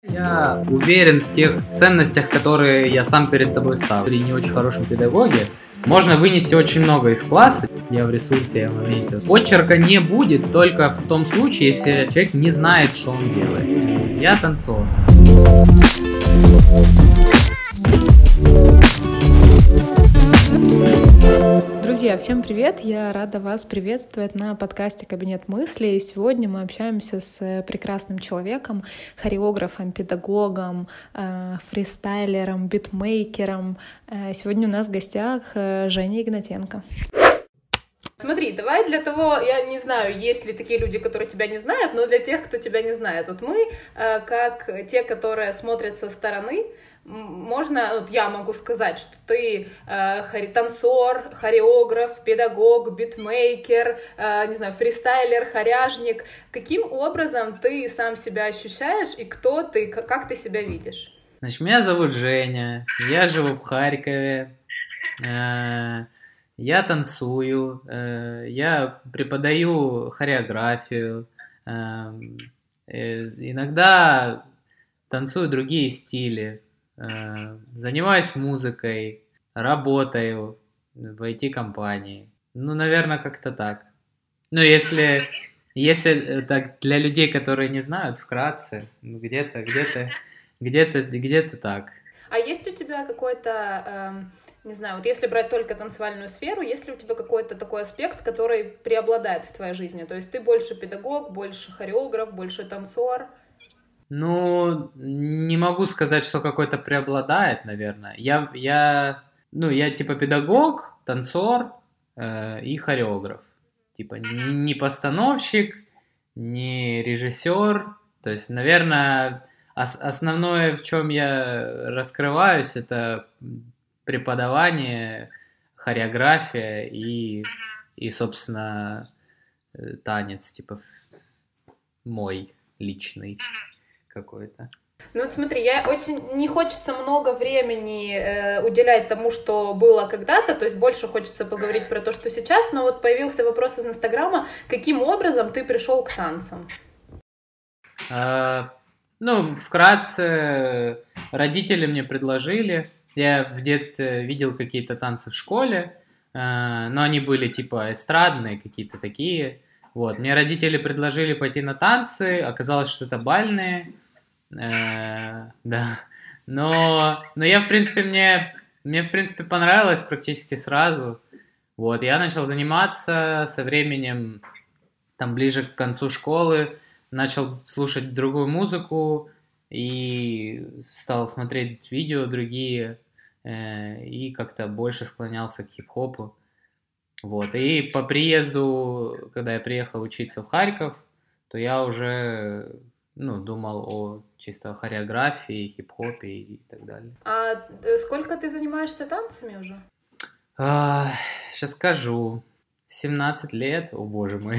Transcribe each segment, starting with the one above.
Я уверен в тех ценностях, которые я сам перед собой ставлю. При не очень хорошем педагоге можно вынести очень много из класса. Я в ресурсе, я в моменте. Почерка не будет только в том случае, если человек не знает, что он делает. Я танцор. Друзья, всем привет! Я рада вас приветствовать на подкасте «Кабинет мыслей». Сегодня мы общаемся с прекрасным человеком, хореографом, педагогом, фристайлером, битмейкером. Сегодня у нас в гостях Женя Игнатенко. Смотри, давай для того, я не знаю, есть ли такие люди, которые тебя не знают, но для тех, кто тебя не знает. Вот мы, как те, которые смотрят со стороны, я могу сказать, что ты танцор, хореограф, педагог, битмейкер, не знаю, фристайлер, хоряжник. Каким образом ты сам себя ощущаешь и кто ты, как ты себя видишь? Значит, меня зовут Женя, я живу в Харькове, я танцую, я преподаю хореографию, иногда танцую другие стили. Занимаюсь музыкой, работаю в IT-компании. Наверное, как-то так. Если так для людей, которые не знают, вкратце, где-то так. А есть у тебя какой-то, не знаю, вот если брать только танцевальную сферу, есть ли у тебя какой-то такой аспект, который преобладает в твоей жизни? То есть ты больше педагог, больше хореограф, больше танцор? Не могу сказать, что какой-то преобладает, наверное. Я типа педагог, танцор и хореограф. Типа не постановщик, не режиссер. То есть, наверное, основное, в чем я раскрываюсь, это преподавание, хореография и собственно, танец, типа мой личный какой-то. Ну вот смотри, не хочется много времени уделять тому, что было когда-то, то есть больше хочется поговорить про то, что сейчас, но вот появился вопрос из Инстаграма, каким образом ты пришел к танцам? Вкратце, родители мне предложили, я в детстве видел какие-то танцы в школе, но они были типа эстрадные, какие-то такие. Вот, мне родители предложили пойти на танцы, оказалось, что это бальные. Да, но я, в принципе, мне, в принципе, понравилось практически сразу. Вот, я начал заниматься со временем, там, ближе к концу школы, начал слушать другую музыку и стал смотреть видео другие, и как-то больше склонялся к хип-хопу. Вот, и по приезду, когда я приехал учиться в Харьков, то я уже думал о чисто хореографии, хип-хопе и так далее. А сколько ты занимаешься танцами уже? Сейчас скажу. 17 лет. О, боже мой.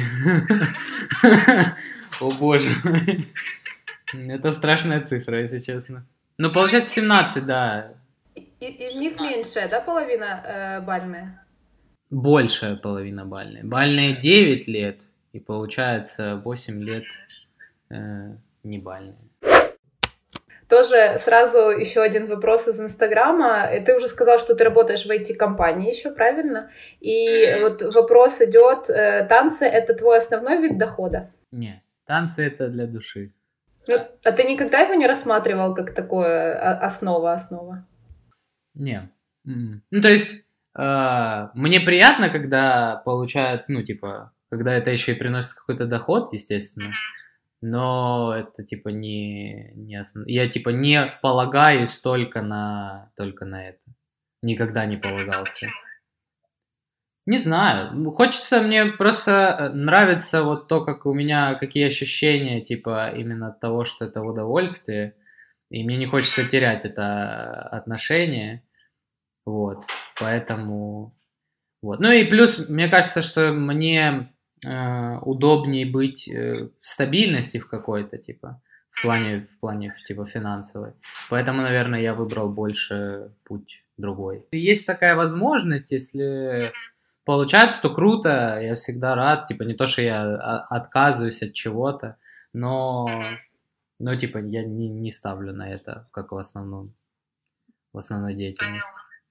О, боже мой. Это страшная цифра, если честно. Получается 17, да. Из них меньшая, да, половина бальная? Большая половина бальная. Бальные 9 лет, и получается 8 лет не бальные. Тоже сразу еще один вопрос из Инстаграма. Ты уже сказал, что ты работаешь в IT-компании еще, правильно? И вот вопрос идет, танцы — это твой основной вид дохода? Нет, танцы — это для души. А ты никогда его не рассматривал как такое основа? Не. То есть, мне приятно, когда получают, когда это еще и приносит какой-то доход, естественно. Но это, не основ... Я, не полагаюсь только на это. Никогда не полагался. Не знаю. Хочется, мне просто нравится вот то, как у меня, какие ощущения, именно от того, что это удовольствие. И мне не хочется терять это отношение. Вот. Поэтому... Вот. И плюс, мне кажется, что мне... удобнее быть в стабильности в какой-то, в плане финансовой. Поэтому, наверное, я выбрал больше путь другой. Есть такая возможность, если получается, то круто, я всегда рад, не то, что я отказываюсь от чего-то, но Но, типа, я не ставлю на это, как в основной деятельности.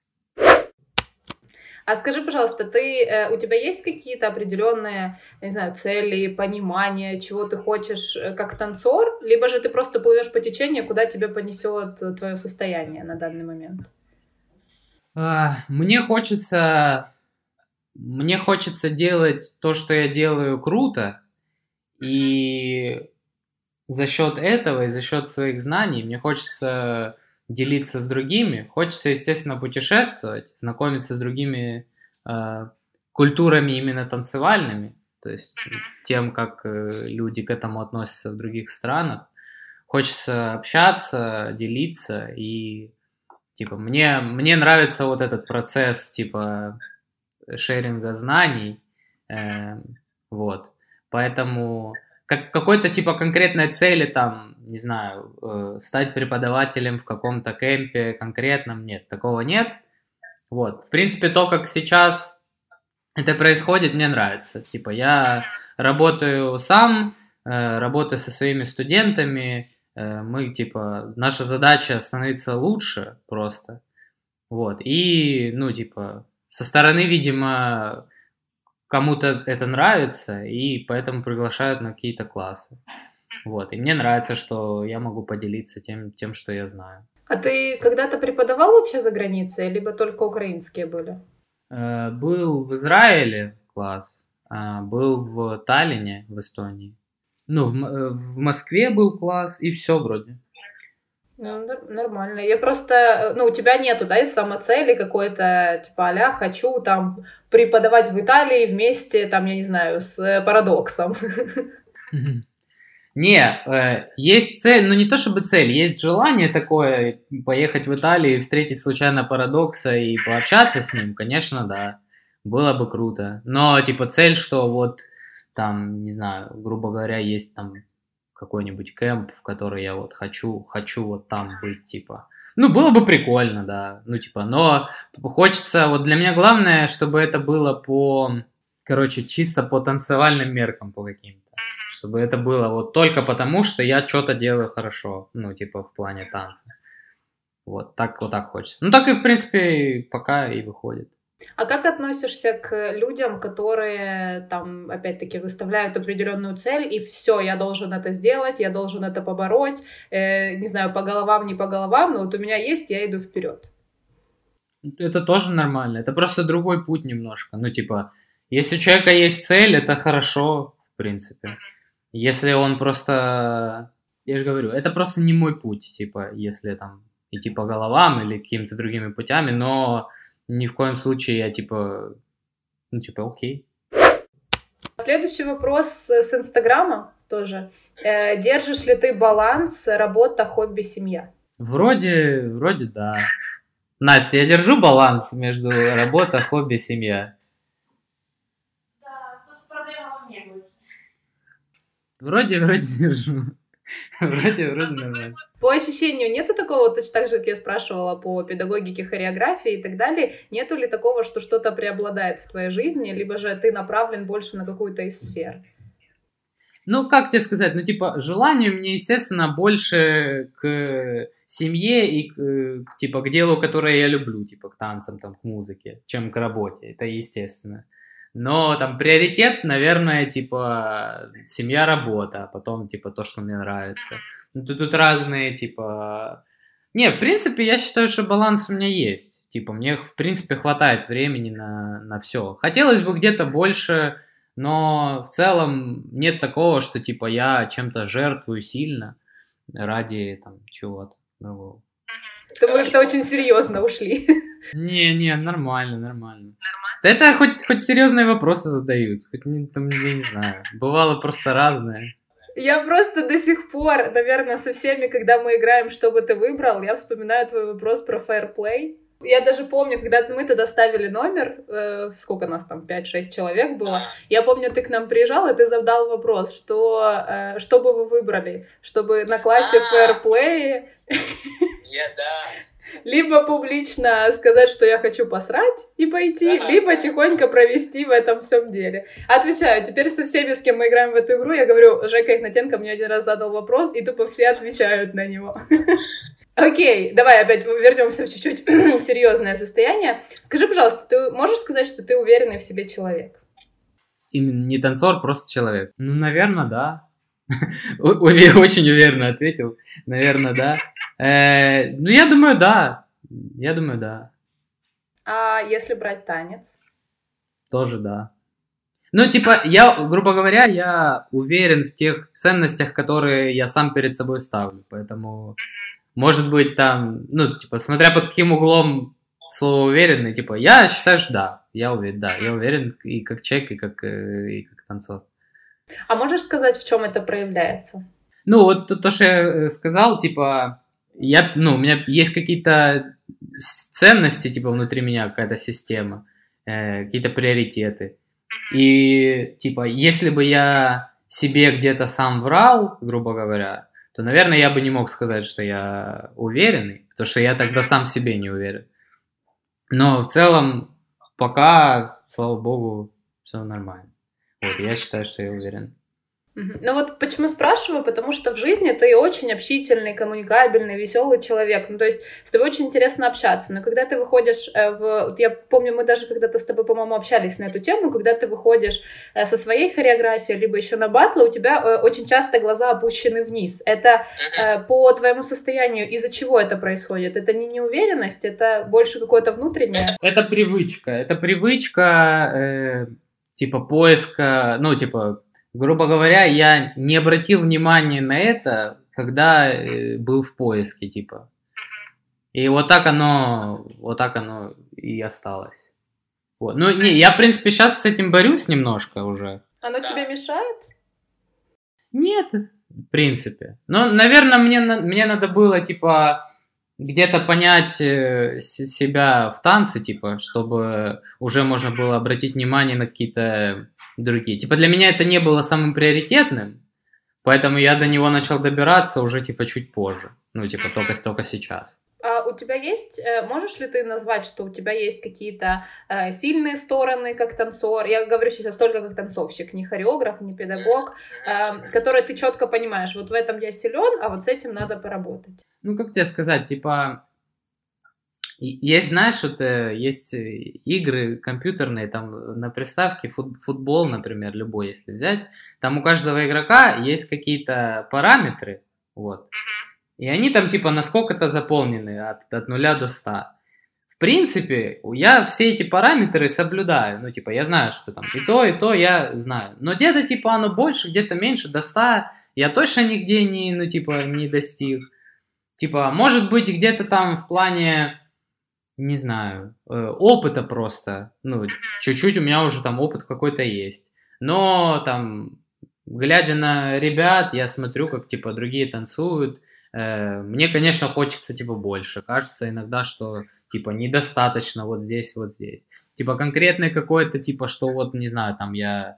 А скажи, пожалуйста, у тебя есть какие-то определенные, не знаю, цели, понимания, чего ты хочешь как танцор, либо же ты просто плывешь по течению, куда тебя понесет твое состояние на данный момент? Мне хочется делать то, что я делаю, круто, и за счет этого и за счет своих знаний мне хочется делиться с другими. Хочется, естественно, путешествовать, знакомиться с другими культурами именно танцевальными, то есть тем, как люди к этому относятся в других странах. Хочется общаться, делиться, и типа мне нравится вот этот процесс типа шеринга знаний, вот. Поэтому какой-то типа конкретной цели там, не знаю, стать преподавателем в каком-то кемпе конкретном, нет, такого нет. Вот, в принципе, то, как сейчас это происходит, мне нравится. Типа я работаю сам, работаю со своими студентами, мы типа наша задача становиться лучше просто, вот. И ну типа со стороны, видимо, кому-то это нравится, и поэтому приглашают на какие-то классы. Вот. И мне нравится, что я могу поделиться тем, что я знаю. А ты когда-то преподавал вообще за границей, либо только украинские были? Был в Израиле класс, был в Таллине, в Эстонии. Ну, в Москве был класс, и все вроде. Ну, нормально. Я просто... Ну, у тебя нету, да, самоцели какой-то, типа, а-ля, хочу там преподавать в Италии вместе, там, я не знаю, с Парадоксом. Не, есть цель, ну не то чтобы цель, есть желание такое, поехать в Италию и встретить случайно Парадокса и пообщаться с ним, конечно, да, было бы круто. Но, типа, цель, что вот там, не знаю, грубо говоря, есть там какой-нибудь кемп, в который я вот хочу вот там быть, типа. Ну, было бы прикольно, да, ну, типа, но хочется, вот для меня главное, чтобы это было чисто по танцевальным меркам, по каким-то. Чтобы это было вот только потому, что я что-то делаю хорошо, ну, типа, в плане танца. Вот так хочется. Ну, так и, в принципе, пока и выходит. А как относишься к людям, которые там, опять-таки, выставляют определенную цель, и все, я должен это сделать, я должен это побороть, не знаю, по головам, не по головам, но вот у меня есть, я иду вперед. Это тоже нормально, это просто другой путь немножко. Ну, типа, если у человека есть цель, это хорошо, в принципе. Если он просто... Я же говорю, это просто не мой путь, типа, если там идти по головам или какими-то другими путями, но ни в коем случае я, типа, ну, типа, окей. Следующий вопрос с Инстаграма тоже. Держишь ли ты баланс работа, хобби, семья? Вроде да. Настя, я держу баланс между работа, хобби, семья. Да, тут проблема во мне будет. Вроде держу. Вроде нормально. По ощущению, нету такого, точно так же, как я спрашивала по педагогике, хореографии и так далее, нету ли такого, что что-то преобладает в твоей жизни, либо же ты направлен больше на какую-то из сфер? Ну, как тебе сказать, ну, типа, желание у меня, естественно, больше к семье и, типа, к делу, которое я люблю, типа, к танцам, там, к музыке, чем к работе, это естественно. Но, там, приоритет, наверное, типа, семья, работа, а потом, типа, то, что мне нравится. Ну, тут разные, типа... Не, в принципе, я считаю, что баланс у меня есть. Типа, мне, в принципе, хватает времени на все. Хотелось бы где-то больше... Но в целом нет такого, что типа я чем-то жертвую сильно ради там чего-то другого. То мы как-то очень серьезно ушли. Не, нормально. Это хоть серьезные вопросы задают, хоть там, я не знаю, бывало просто разное. Я просто до сих пор, наверное, со всеми, когда мы играем «Что бы ты выбрал», я вспоминаю твой вопрос про fair play. Я даже помню, когда мы тогда ставили номер, сколько нас там, 5-6 человек было, я помню, ты к нам приезжал, и ты задал вопрос, что бы вы выбрали, чтобы на классе fair play... Либо публично сказать, что я хочу посрать и пойти, либо тихонько провести в этом всем деле. Отвечаю. Теперь со всеми, с кем мы играем в эту игру, я говорю, Жека Игнатенко мне один раз задал вопрос, и тупо все отвечают на него. Окей, давай опять вернемся в чуть-чуть серьезное состояние. Скажи, пожалуйста, ты можешь сказать, что ты уверенный в себе человек? Именно не танцор, просто человек. Ну, наверное, да. Очень уверенно ответил. Наверное, да. Ну, я думаю, да. Я думаю, да. А если брать танец? Тоже да. Ну, типа, я, грубо говоря, я уверен в тех ценностях, которые я сам перед собой ставлю. Поэтому, может быть, там, ну, типа, смотря под каким углом слово уверенный, типа, я считаю, что да. Я уверен, да. Я уверен и как человек, и как танцор. А можешь сказать, в чем это проявляется? Ну, вот то, что я сказал, типа, у меня есть какие-то ценности, типа, внутри меня, какая-то система, какие-то приоритеты. И, типа, если бы я себе где-то сам врал, грубо говоря, то, наверное, я бы не мог сказать, что я уверенный, потому что я тогда сам в себе не уверен. Но в целом, пока, слава богу, все нормально. Вот, я считаю, что я уверен. Ну вот почему спрашиваю, потому что в жизни ты очень общительный, коммуникабельный, веселый человек. Ну то есть с тобой очень интересно общаться. Но когда ты выходишь вот я помню, мы даже когда-то с тобой, по-моему, общались на эту тему, когда ты выходишь со своей хореографией, либо еще на батлы, у тебя очень часто глаза опущены вниз. Это по твоему состоянию из-за чего это происходит? Это не неуверенность, это больше какое-то внутреннее? Это привычка. Это привычка, типа, поиска, ну, типа, грубо говоря, я не обратил внимания на это, когда был в поиске, типа. И вот так оно и осталось. Вот. Ну, не, я, в принципе, сейчас с этим борюсь немножко уже. Оно тебе мешает? Нет, в принципе. Но, наверное, мне надо было, типа, где-то понять себя в танце, типа, чтобы уже можно было обратить внимание на какие-то другие. Типа, для меня это не было самым приоритетным, поэтому я до него начал добираться уже, типа, чуть позже. Ну, типа, только сейчас. А у тебя есть, можешь ли ты назвать, что у тебя есть какие-то сильные стороны как танцор? Я говорю сейчас только как танцовщик, не хореограф, не педагог, которые ты четко понимаешь, вот в этом я силен, а вот с этим надо поработать. Ну, как тебе сказать, типа, есть, знаешь, вот есть игры компьютерные, там на приставке футбол, например, любой, если взять, там у каждого игрока есть какие-то параметры, вот, и они там типа на сколько-то заполнены от 0 до 100. В принципе, я все эти параметры соблюдаю, ну, типа, я знаю, что там и то я знаю, но где-то, типа, оно больше, где-то меньше, до 100 я точно нигде не, ну, типа, не достиг. Типа, может быть, где-то там в плане, не знаю, опыта просто, ну, чуть-чуть у меня уже там опыт какой-то есть. Но там, глядя на ребят, я смотрю, как, типа, другие танцуют. Мне, конечно, хочется, типа, больше. Кажется иногда, что, типа, недостаточно вот здесь, вот здесь. Типа, конкретное какое-то, типа, что вот, не знаю, там я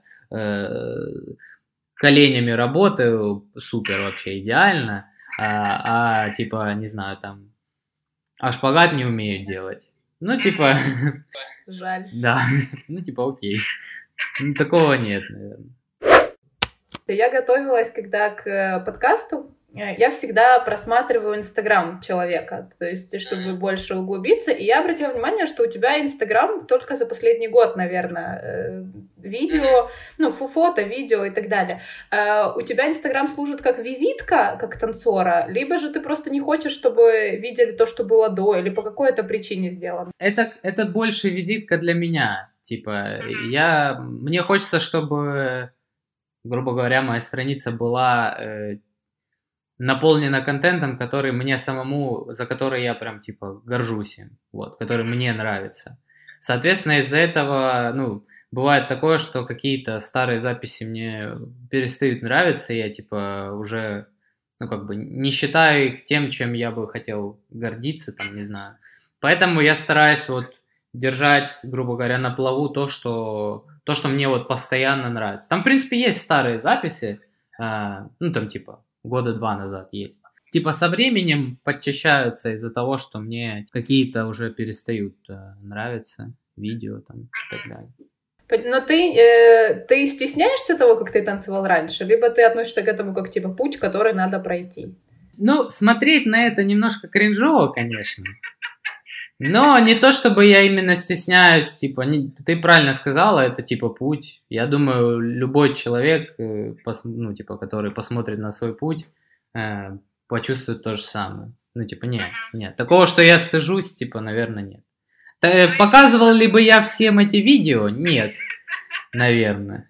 коленями работаю, супер вообще идеально. Типа, не знаю, там, шпагат не умею делать. Ну, типа... Жаль. Да, ну, типа, окей. Ну, такого нет, наверное. Я готовилась, когда к подкасту, я всегда просматриваю Инстаграм человека, то есть, чтобы больше углубиться, и я обратила внимание, что у тебя Инстаграм только за последний год, наверное, видео, ну, фото, видео и так далее. У тебя Инстаграм служит как визитка, как танцора, либо же ты просто не хочешь, чтобы видели то, что было до, или по какой-то причине сделано? Это больше визитка для меня, типа, мне хочется, чтобы, грубо говоря, моя страница была наполнена контентом, который мне самому, за который я прям, типа, горжусь им, вот, который мне нравится. Соответственно, из-за этого, ну, бывает такое, что какие-то старые записи мне перестают нравиться, и я, типа, уже, ну, как бы, не считаю их тем, чем я бы хотел гордиться, там, не знаю. Поэтому я стараюсь вот держать, грубо говоря, на плаву то, что мне вот постоянно нравится. Там, в принципе, есть старые записи, ну, там, типа, года 2 назад есть. типа со временем подчищаются из-за того, что мне какие-то уже перестают нравиться видео там и так далее. Но ты стесняешься того, как ты танцевал раньше, либо ты относишься к этому как, типа, путь, который надо пройти? Ну, смотреть на это немножко кринжово, конечно. Но не то, чтобы я именно стесняюсь, типа, ты правильно сказала, это типа путь. Я думаю, любой человек, ну, типа, который посмотрит на свой путь, почувствует то же самое. Ну, типа, нет. Такого, что я стыжусь, типа, наверное, нет. Показывал ли бы я всем эти видео? Нет, наверное.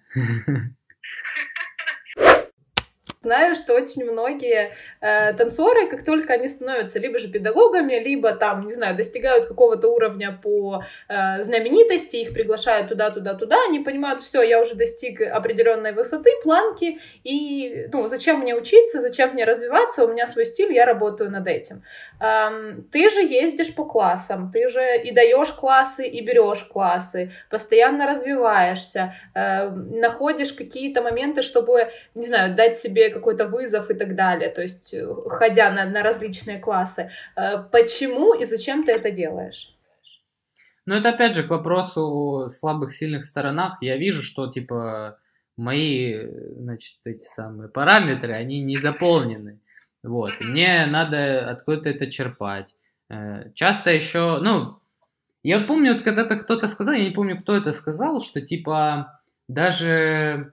Знаю, что очень многие танцоры, как только они становятся либо же педагогами, либо там, не знаю, достигают какого-то уровня по знаменитости, их приглашают туда, они понимают, все, я уже достиг определенной высоты, планки, и, ну, зачем мне учиться, зачем мне развиваться, у меня свой стиль, я работаю над этим. Ты же ездишь по классам, ты же и даешь классы, и берешь классы, постоянно развиваешься, находишь какие-то моменты, чтобы, не знаю, дать себе какой-то вызов и так далее, то есть ходя на различные классы. Почему и зачем ты это делаешь? Ну, это опять же к вопросу о слабых, сильных сторонах. Я вижу, что, типа, мои, значит, эти самые параметры, они не заполнены. Вот. И мне надо откуда-то это черпать. Часто еще, ну, я помню, вот когда-то кто-то сказал, я не помню, кто это сказал, что, типа, даже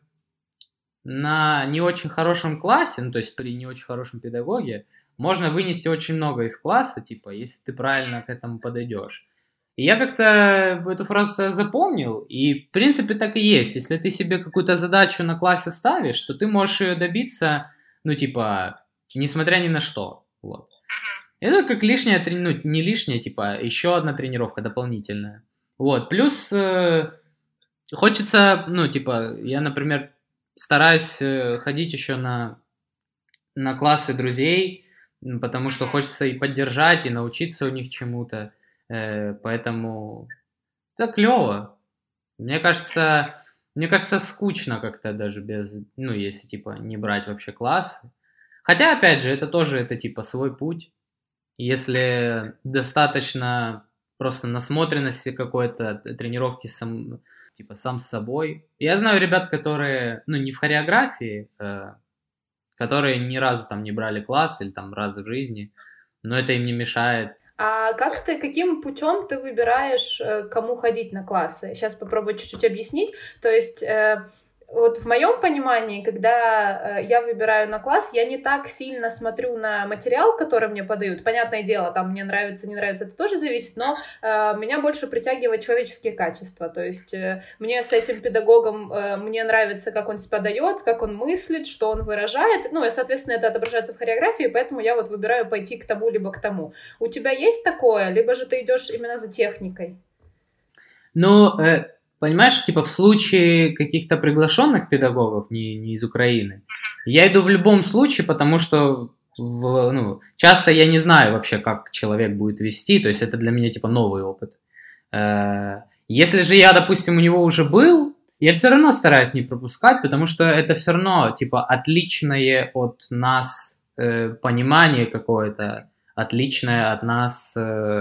на не очень хорошем классе, ну, то есть при не очень хорошем педагоге, можно вынести очень много из класса, типа, если ты правильно к этому подойдешь. И я как-то эту фразу запомнил, и в принципе так и есть. Если ты себе какую-то задачу на классе ставишь, то ты можешь ее добиться, ну, типа, несмотря ни на что. Вот. Это как лишняя, ну, не лишняя, типа, еще одна тренировка дополнительная. Вот. Плюс хочется, ну, типа, я, например, стараюсь ходить еще на классы друзей, потому что хочется и поддержать, и научиться у них чему-то. Поэтому это клево. Мне кажется, скучно как-то даже без, ну, если, типа, не брать вообще классы. Хотя, опять же, это тоже, это, типа, свой путь. Если достаточно просто насмотренности какой-то, тренировки типа, сам с собой. Я знаю ребят, которые, ну, не в хореографии, которые ни разу там не брали класс или там раз в жизни, но это им не мешает. А каким путем ты выбираешь, кому ходить на классы? Сейчас попробую чуть-чуть объяснить. То есть вот в моем понимании, когда я выбираю на класс, я не так сильно смотрю на материал, который мне подают. Понятное дело, там мне нравится, не нравится, это тоже зависит, но меня больше притягивают человеческие качества. То есть мне с этим педагогом, мне нравится, как он себя дает, как он мыслит, что он выражает. Ну и, соответственно, это отображается в хореографии, поэтому я вот выбираю пойти к тому либо к тому. У тебя есть такое? Либо же ты идешь именно за техникой? Ну, понимаешь, типа в случае каких-то приглашенных педагогов, не из Украины, я иду в любом случае, потому что ну, часто я не знаю вообще, как человек будет вести, то есть это для меня типа новый опыт. Если же я, допустим, у него уже был, я все равно стараюсь не пропускать, потому что это все равно типа отличное от нас понимание какое-то, отличное от нас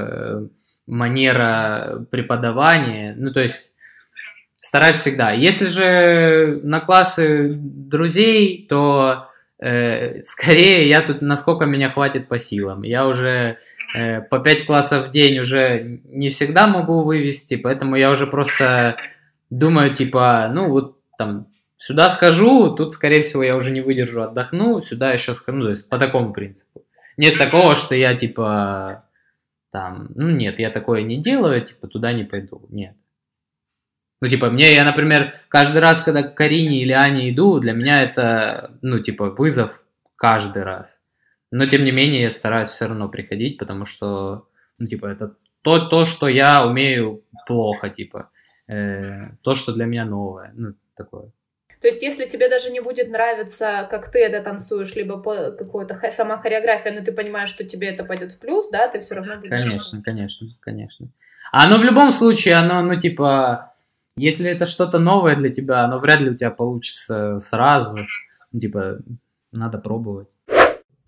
манера преподавания, ну то есть стараюсь всегда. Если же на классы друзей, то скорее я тут, насколько меня хватит по силам. Я уже по 5 классов в день уже не всегда могу вывести, поэтому я уже просто думаю, типа, ну вот там сюда схожу, тут, скорее всего, я уже не выдержу, отдохну, сюда еще схожу, ну, то есть по такому принципу. Нет такого, что я, типа, там, ну, нет, я такое не делаю, типа, туда не пойду, нет. Ну, типа, я, например, каждый раз, когда к Карине или Ане иду, для меня это, ну, типа, вызов каждый раз. Но, тем не менее, я стараюсь все равно приходить, потому что, ну, типа, это то, что я умею плохо, типа, то, что для меня новое, ну, такое. То есть, если тебе даже не будет нравиться, как ты это танцуешь, либо какая-то сама хореография, но ты понимаешь, что тебе это пойдет в плюс, да, ты все равно будешь... Конечно. Оно в любом случае, оно, ну, типа... Если это что-то новое для тебя, оно вряд ли у тебя получится сразу. Типа, надо пробовать.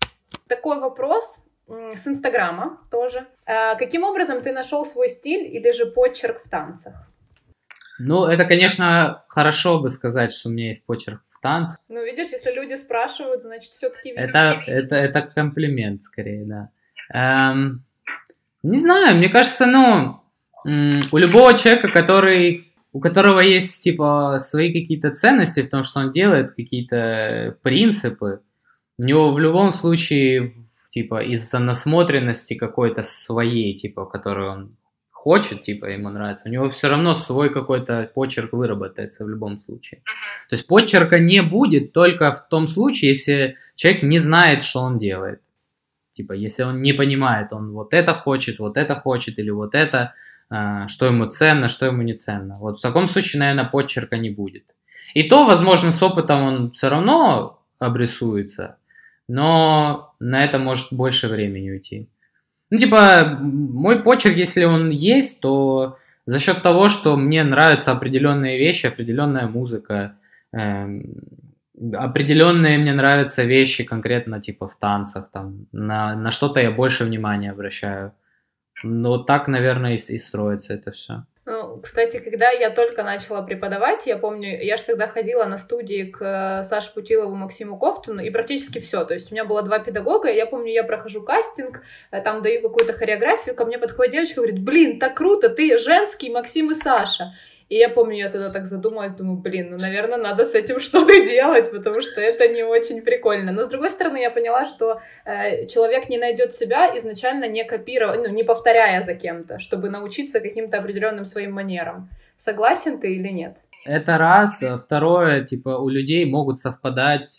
Такой вопрос с Инстаграма тоже. Каким образом ты нашел свой стиль или же почерк в танцах? Ну, это, конечно, хорошо бы сказать, что у меня есть почерк в танцах. Ну, видишь, если люди спрашивают, значит, все-таки... Это комплимент, скорее, да. Не знаю, мне кажется, у любого человека, у которого есть, типа, свои какие-то ценности в том, что он делает, какие-то принципы, у него в любом случае, типа, из-за насмотренности какой-то своей, типа, которую он хочет, типа, ему нравится, у него все равно свой какой-то почерк выработается в любом случае. То есть почерка не будет только в том случае, если человек не знает, что он делает. Типа, если он не понимает, он вот это хочет или вот это, что ему ценно, что ему не ценно. Вот в таком случае, наверное, почерка не будет. И то, возможно, с опытом он все равно обрисуется, но на это может больше времени уйти. Ну, типа, мой почерк, если он есть, то за счет того, что мне нравятся определенные вещи, определенная музыка, определенные мне нравятся вещи конкретно, типа, в танцах, там, на что-то я больше внимания обращаю. Ну, вот так, наверное, и строится это все. Ну, кстати, когда я только начала преподавать, я помню, я же тогда ходила на студии к Саше Путилову, Максиму Ковтуну, и практически все. То есть у меня было 2 педагога, и я помню, я прохожу кастинг, там даю какую-то хореографию, ко мне подходит девочка и говорит: блин, так круто, ты женский, Максим и Саша. И я помню, я тогда так задумалась, думаю, блин, ну, наверное, надо с этим что-то делать, потому что это не очень прикольно. Но, с другой стороны, я поняла, что человек не найдет себя изначально не копируя, не повторяя за кем-то, чтобы научиться каким-то определенным своим манерам. Согласен ты или нет? Это раз. Второе, типа, у людей могут совпадать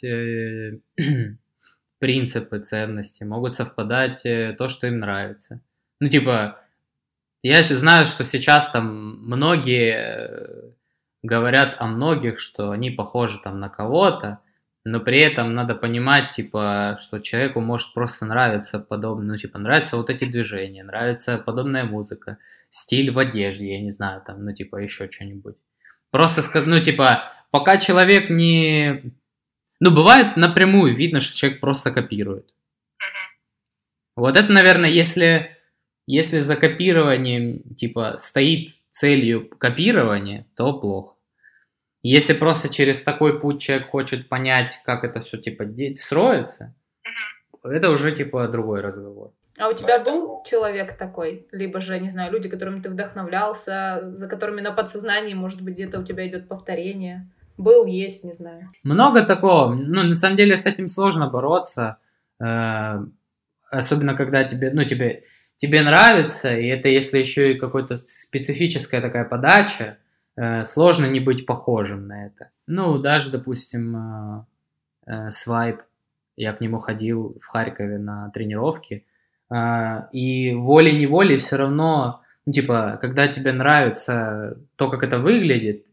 принципы, ценности, могут совпадать то, что им нравится. Ну, типа... Я знаю, что сейчас там многие говорят о многих, что они похожи там на кого-то, но при этом надо понимать, типа, что человеку может просто нравиться подобное, ну, типа, нравятся вот эти движения, нравится подобная музыка, стиль в одежде, я не знаю, там, ну, типа, еще что-нибудь. Просто сказать, ну, типа, пока человек не... Ну, бывает напрямую видно, что человек просто копирует. Вот это, наверное, если за копированием, типа, стоит целью копирования, то плохо. Если просто через такой путь человек хочет понять, как это все, типа, строится, это уже, типа, другой разговор. А у тебя был человек такой? Либо же, не знаю, люди, которыми ты вдохновлялся, за которыми на подсознании, может быть, где-то у тебя идет повторение? Был, есть, не знаю. Много такого. Ну, на самом деле, с этим сложно бороться. Особенно, когда тебе нравится, и это если еще и какая-то специфическая такая подача, сложно не быть похожим на это. Ну, даже, допустим, Свайп, я к нему ходил в Харькове на тренировки, и волей-неволей все равно, ну, типа, когда тебе нравится то, как это выглядит,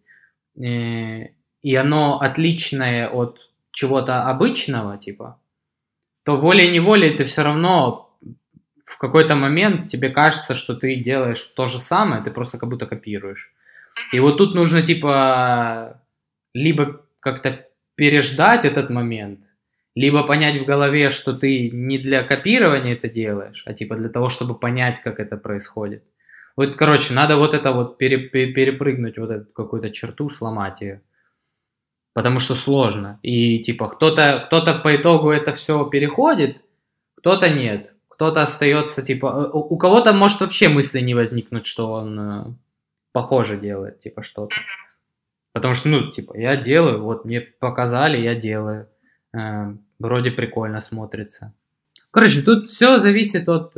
и оно отличное от чего-то обычного, типа, то волей-неволей ты все равно в какой-то момент тебе кажется, что ты делаешь то же самое, ты просто как будто копируешь. И вот тут нужно, типа, либо как-то переждать этот момент, либо понять в голове, что ты не для копирования это делаешь, а типа для того, чтобы понять, как это происходит. Вот, короче, надо вот это вот перепрыгнуть, вот эту какую-то черту, сломать ее. Потому что сложно. И типа кто-то по итогу это все переходит, кто-то нет. Кто-то остается, типа... У кого-то может вообще мысли не возникнуть, что он похоже делает, типа, что-то. Потому что, ну, типа, я делаю, вот мне показали, я делаю. Вроде прикольно смотрится. Короче, тут все зависит от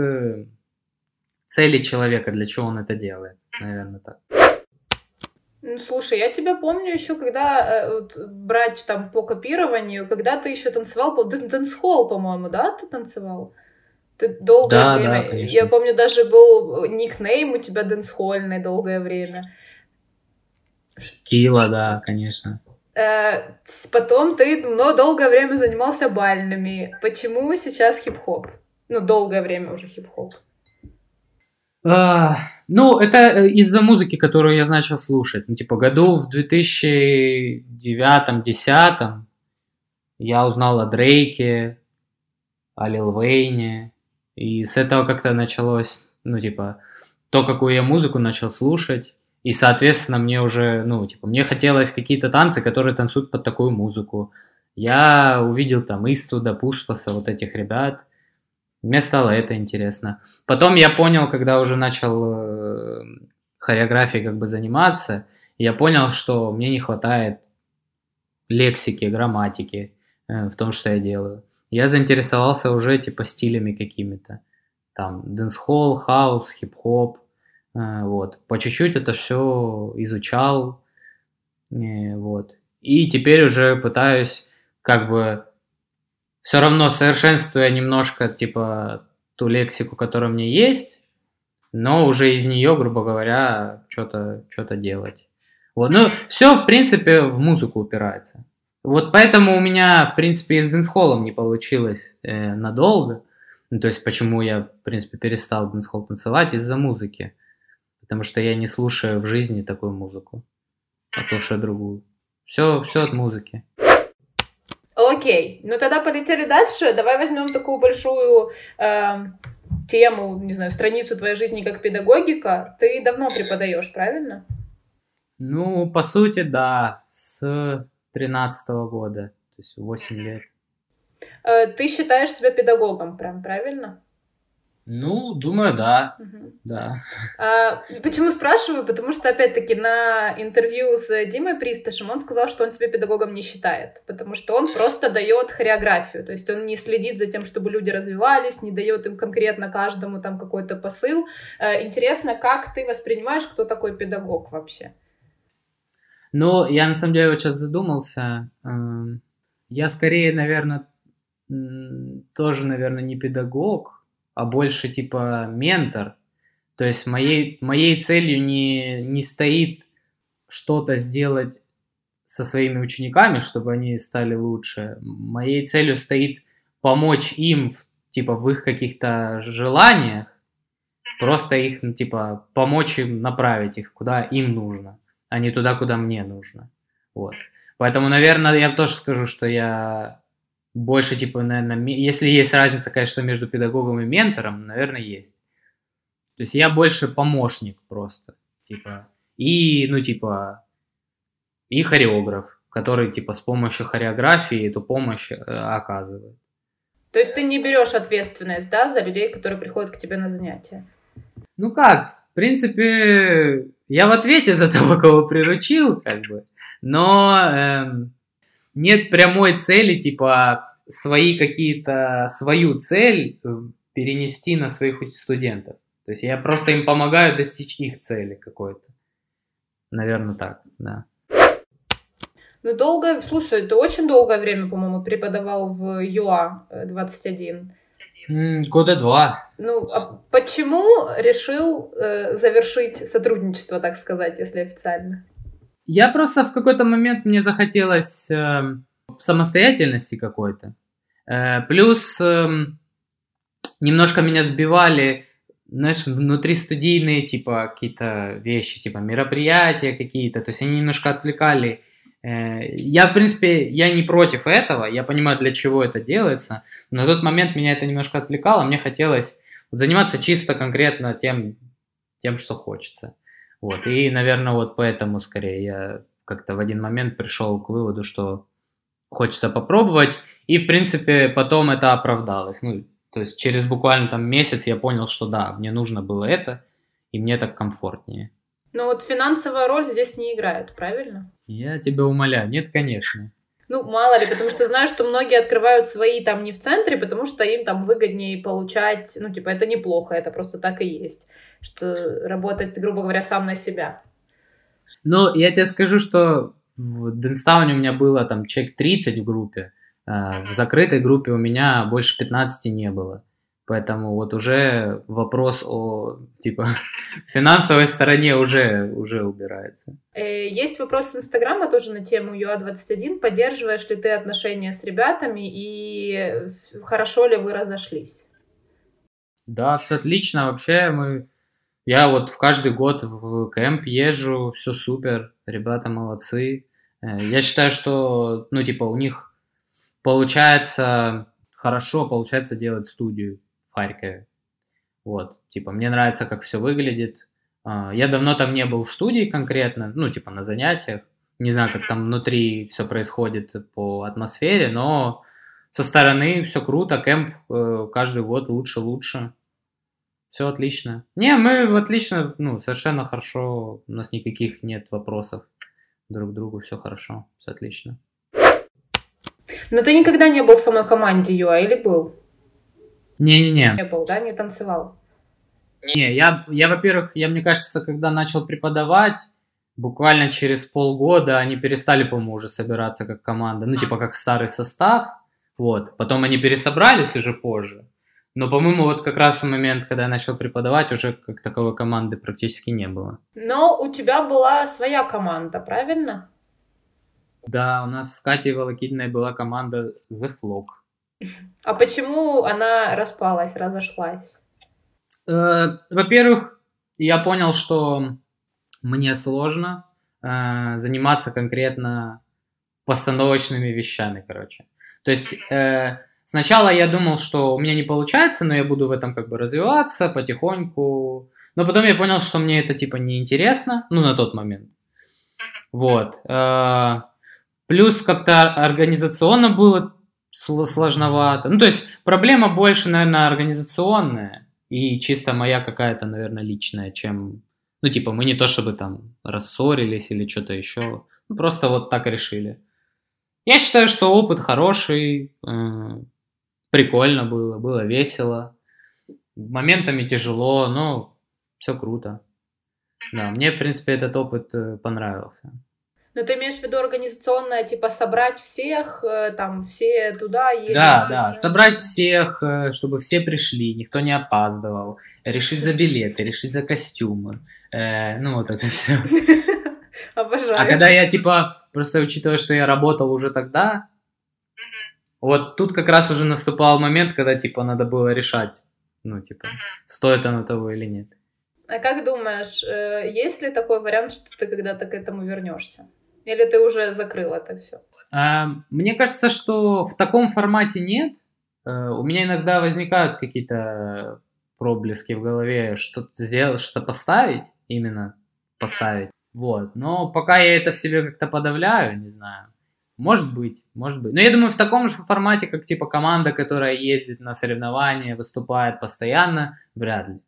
цели человека, для чего он это делает. Наверное, так. Ну, слушай, я тебя помню еще, когда вот, брать там по копированию, когда ты еще танцевал, дэнс-холл, по-моему, да, ты танцевал? Ты долгое время... Да, конечно. Я помню, даже был никнейм у тебя дэнс-хольный долгое время. Кила, да, конечно. Потом ты долгое время занимался бальными. Почему сейчас хип-хоп? Ну, долгое время уже хип-хоп. Ну, это из-за музыки, которую я начал слушать. Ну, типа, году в 2009-2010 я узнал о Дрейке, о Лил Вейне. И с этого как-то началось, ну, типа, то, какую я музыку начал слушать. И, соответственно, мне уже, ну, типа, мне хотелось какие-то танцы, которые танцуют под такую музыку. Я увидел там Иствуда, Пуспаса, вот этих ребят. Мне стало это интересно. Потом я понял, когда уже начал хореографией как бы заниматься, я понял, что мне не хватает лексики, грамматики в том, что я делаю. Я заинтересовался уже типа стилями какими-то. Там дэнс-холл, хаус, хип-хоп. Вот. По чуть-чуть это все изучал. Вот. И теперь уже пытаюсь как бы все равно совершенствуя немножко типа ту лексику, которая у меня есть, но уже из нее, грубо говоря, что-то делать. Вот. Ну, все, в принципе, в музыку упирается. Вот поэтому у меня, в принципе, и с дэнс-холлом не получилось надолго. Ну, то есть, почему я, в принципе, перестал дэнс-холл танцевать из-за музыки. Потому что я не слушаю в жизни такую музыку, а слушаю другую. Все от музыки. Окей, ну тогда полетели дальше. Давай возьмем такую большую тему, не знаю, страницу твоей жизни как педагогика. Ты давно преподаешь, правильно? Ну, по сути, да, с 13-го года, то есть 8 лет. Ты считаешь себя педагогом, прям, правильно? Ну, думаю, да. Да. Почему спрашиваю? Потому что, опять-таки, на интервью с Димой Присташем он сказал, что он себя педагогом не считает, потому что он просто дает хореографию, то есть он не следит за тем, чтобы люди развивались, не дает им конкретно каждому там какой-то посыл. Интересно, как ты воспринимаешь, кто такой педагог вообще? Ну, я на самом деле вот сейчас задумался. Я скорее, наверное, тоже, наверное, не педагог, а больше типа ментор. То есть моей целью не стоит что-то сделать со своими учениками, чтобы они стали лучше. Моей целью стоит помочь им типа в их каких-то желаниях, просто их, ну, типа, помочь им направить их, куда им нужно, а не туда, куда мне нужно. Вот. Поэтому, наверное, я тоже скажу, что я больше, типа, наверное, если есть разница, конечно, между педагогом и ментором, наверное, есть. То есть я больше помощник просто, типа, и, ну, типа, и хореограф, который, типа, с помощью хореографии эту помощь оказывает. То есть ты не берешь ответственность, да, за людей, которые приходят к тебе на занятия? Ну как, в принципе, я в ответе за того, кого приручил, как бы, но нет прямой цели, типа, свою цель перенести на своих студентов. То есть я просто им помогаю достичь их цели какой-то. Наверное, так, да. Ну, слушай, ты очень долгое время, по-моему, преподавал в ЮА 21. Года 2. Ну, а почему решил завершить сотрудничество, так сказать, если официально? Я просто в какой-то момент мне захотелось самостоятельности какой-то. Плюс немножко меня сбивали, знаешь, внутристудийные, типа, какие-то вещи, типа, мероприятия какие-то. То есть они немножко отвлекали. Я, в принципе, я не против этого. Я понимаю, для чего это делается. Но на тот момент меня это немножко отвлекало. Мне хотелось заниматься чисто конкретно тем, что хочется. Вот. И, наверное, вот поэтому скорее я как-то в один момент пришел к выводу, что хочется попробовать. И, в принципе, потом это оправдалось. Ну, то есть через буквально там месяц я понял, что да, мне нужно было это, и мне так комфортнее. Но вот финансовая роль здесь не играет, правильно? Я тебя умоляю. Нет, конечно. Ну, мало ли, потому что знаю, что многие открывают свои там не в центре, потому что им там выгоднее получать, ну, типа, это неплохо, это просто так и есть, что работать, грубо говоря, сам на себя. Ну, я тебе скажу, что в Дэнстауне у меня было там человек 30 в группе, в закрытой группе у меня больше 15 не было. Поэтому вот уже вопрос о, типа, финансовой стороне уже убирается. Есть вопрос с Инстаграма тоже на тему ЮА-21. Поддерживаешь ли ты отношения с ребятами и хорошо ли вы разошлись? Да, все отлично. Вообще я вот в каждый год в кемп езжу, все супер, ребята молодцы. Я считаю, что, ну, типа, у них получается хорошо получается делать студию в Харькове. Вот, типа, мне нравится, как все выглядит. Я давно там не был в студии конкретно, ну, типа, на занятиях. Не знаю, как там внутри все происходит по атмосфере, но со стороны все круто. Кэмп каждый год лучше. Все отлично. Не, мы отлично, ну, совершенно хорошо. У нас никаких нет вопросов друг к другу. Все хорошо, все отлично. Но ты никогда не был в самой команде UI или был? Не-не-не. Не был, да? Не танцевал? Не, я, во-первых, мне кажется, когда начал преподавать, буквально через полгода они перестали, по-моему, уже собираться как команда. Ну, типа, как старый состав. Вот. Потом они пересобрались уже позже. Но, по-моему, вот как раз в момент, когда я начал преподавать, уже как таковой команды практически не было. Но у тебя была своя команда, правильно? Да, у нас с Катей Волокитиной была команда The Flock. А почему она распалась, разошлась? Во-первых, я понял, что мне сложно заниматься конкретно постановочными вещами, короче. То есть сначала я думал, что у меня не получается, но я буду в этом как бы развиваться потихоньку. Но потом я понял, что мне это типа неинтересно, ну, на тот момент. Вот. Плюс как-то организационно было сложновато. Ну, то есть проблема больше, наверное, организационная. И чисто моя какая-то, наверное, личная, чем... Ну, типа, мы не то чтобы там рассорились или что-то еще. Ну, просто вот так решили. Я считаю, что опыт хороший, прикольно было весело. Моментами тяжело, но все круто. Да, мне, в принципе, этот опыт понравился. Ну, ты имеешь в виду организационное, типа, собрать всех, там, все туда ездить? Да, собрать всех, чтобы все пришли, никто не опаздывал, решить за билеты, решить за костюмы, ну, вот это все. Обожаю. А когда я, типа, просто учитывая, что я работал уже тогда, вот тут как раз уже наступал момент, когда, типа, надо было решать, ну, типа, стоит оно того или нет. А как думаешь, есть ли такой вариант, что ты когда-то к этому вернешься? Или ты уже закрыл это все? Мне кажется, что в таком формате нет. У меня иногда возникают какие-то проблески в голове, что-то сделать, что-то поставить, именно поставить. Вот. Но пока я это в себе как-то подавляю, не знаю. Может быть. Но я думаю, в таком же формате, как типа команда, которая ездит на соревнования, выступает постоянно, вряд ли.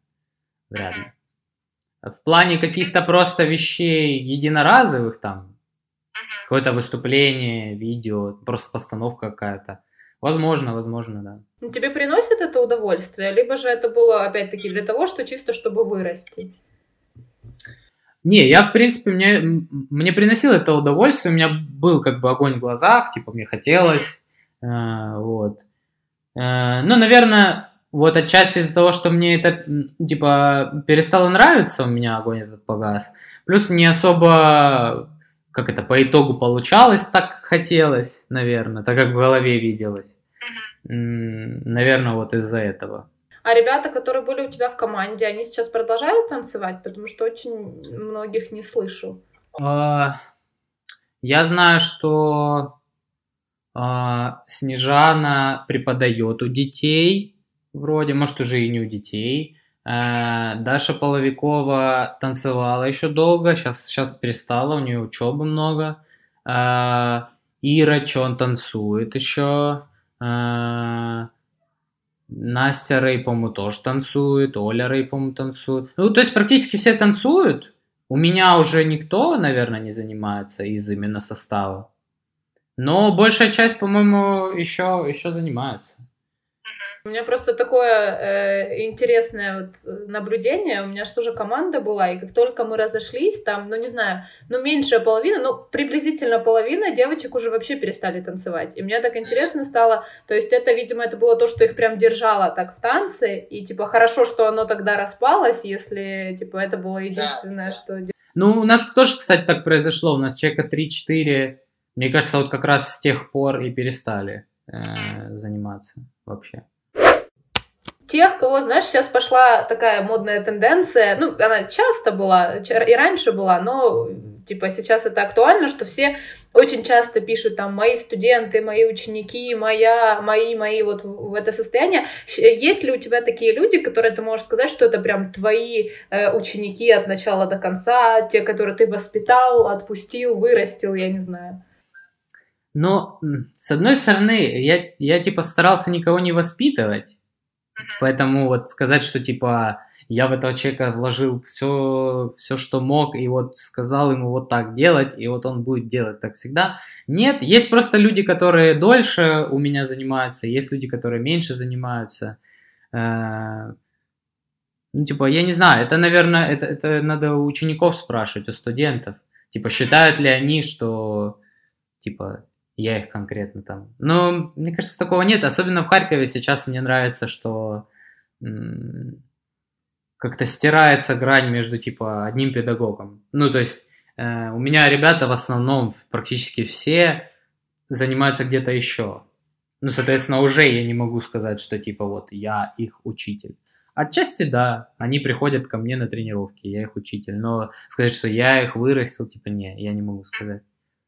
В плане каких-то просто вещей единоразовых там, какое-то выступление, видео, просто постановка какая-то. Возможно, да. Тебе приносит это удовольствие? Либо же это было, опять-таки, для того, что чисто чтобы вырасти? Не, я, в принципе, мне приносило это удовольствие, у меня был как бы огонь в глазах, типа, мне хотелось, вот. Ну, наверное, вот отчасти из-за того, что мне это, типа, перестало нравиться, у меня огонь этот погас, плюс не особо... Как это по итогу получалось, так как хотелось, наверное, так как в голове виделось. Наверное, вот из-за этого. А ребята, которые были у тебя в команде, они сейчас продолжают танцевать? Потому что очень многих не слышу. Я знаю, что Снежана преподает у детей, вроде, может, уже и не у детей. Даша Половикова танцевала еще долго, сейчас перестала, у нее учебы много. Ира Чон танцует еще. Настя Рэй, по-моему, тоже танцует. Оля Рэй, по-моему, танцует. Ну, то есть практически все танцуют. У меня уже никто, наверное, не занимается из именно состава. Но большая часть, по-моему, еще занимается. У меня просто такое интересное вот наблюдение. У меня же тоже команда была, и как только мы разошлись, там, ну не знаю, ну меньшая половина, ну приблизительно половина девочек уже вообще перестали танцевать. И мне так интересно стало, то есть это, видимо, это было то, что их прям держало так в танце, и типа хорошо, что оно тогда распалось, если типа это было единственное, что... Ну у нас тоже, кстати, так произошло, у нас человека 3-4, мне кажется, вот как раз с тех пор и перестали заниматься вообще. Тех, кого, знаешь, сейчас пошла такая модная тенденция, ну, она часто была, и раньше была, но, типа, сейчас это актуально, что все очень часто пишут там мои студенты, мои ученики, мои вот в это состояние. Есть ли у тебя такие люди, которые ты можешь сказать, что это прям твои ученики от начала до конца, те, которые ты воспитал, отпустил, вырастил, я не знаю? Но, с одной стороны, я типа старался никого не воспитывать, поэтому вот сказать, что типа я в этого человека вложил все, что мог, и вот сказал ему вот так делать, и вот он будет делать так всегда. Нет, есть просто люди, которые дольше у меня занимаются, есть люди, которые меньше занимаются. Ну, типа, я не знаю, это, наверное, это надо у учеников спрашивать, у студентов. Типа, считают ли они, что, типа, я их конкретно там... Но, мне кажется, такого нет. Особенно в Харькове сейчас мне нравится, что как-то стирается грань между, типа, одним педагогом. Ну, то есть, у меня ребята в основном, практически все, занимаются где-то еще. Ну, соответственно, уже я не могу сказать, что, типа, вот, я их учитель. Отчасти, да, они приходят ко мне на тренировки, я их учитель. Но сказать, что я их вырастил, типа, не, я не могу сказать.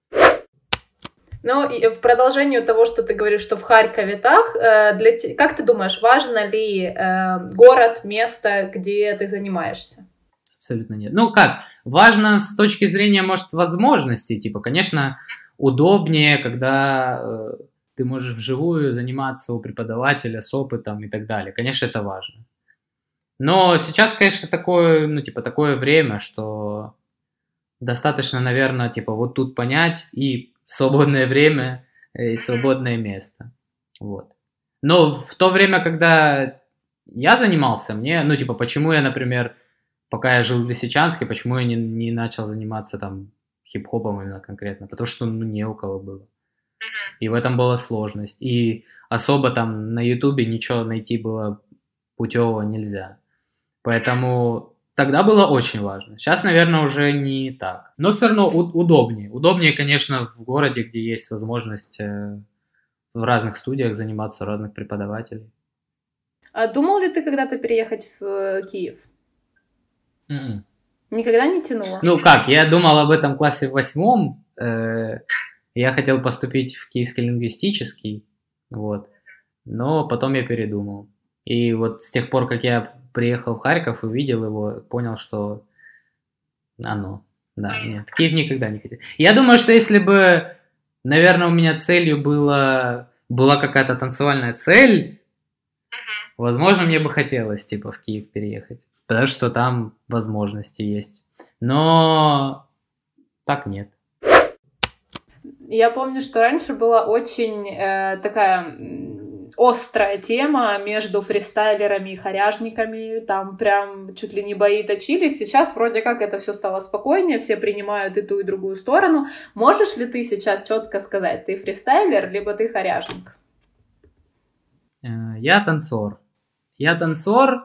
Ну, и в продолжении того, что ты говоришь, что в Харькове так, как ты думаешь, важно ли город, место, где ты занимаешься? Абсолютно нет. Ну, как? Важно с точки зрения, может, возможностей. Типа, конечно, удобнее, когда ты можешь вживую заниматься у преподавателя с опытом и так далее. Конечно, это важно. Но сейчас, конечно, такое, ну, типа, такое время, что достаточно, наверное, типа, вот тут понять и свободное время и свободное место. Вот. Но в то время, когда я занимался, мне, ну, типа, почему я, например, пока я жил в Лисичанске, почему я не начал заниматься там хип-хопом именно конкретно? Потому что, ну, не у кого было. И в этом была сложность. И особо там на Ютубе ничего найти было путевого нельзя. Поэтому тогда было очень важно. Сейчас, наверное, уже не так. Но все равно удобнее. Удобнее, конечно, в городе, где есть возможность в разных студиях заниматься, у разных преподавателей. А думал ли ты когда-то переехать в Киев? Mm-mm. Никогда не тянуло? Ну как, я думал об этом в классе в 8. Я хотел поступить в Киевский лингвистический, вот. Но потом я передумал. И вот с тех пор, как я приехал в Харьков, увидел его, понял, что оно. Да, нет, в Киев никогда не хотел. Я думаю, что если бы, наверное, у меня целью была какая-то танцевальная цель, возможно, мне бы хотелось, типа, в Киев переехать. Потому что там возможности есть. Но так нет. Я помню, что раньше была очень такая острая тема между фристайлерами и хоряжниками. Там прям чуть ли не бои точились. Сейчас вроде как это все стало спокойнее, все принимают и ту, и другую сторону. Можешь ли ты сейчас четко сказать, ты фристайлер, либо ты хоряжник? Я танцор. Я танцор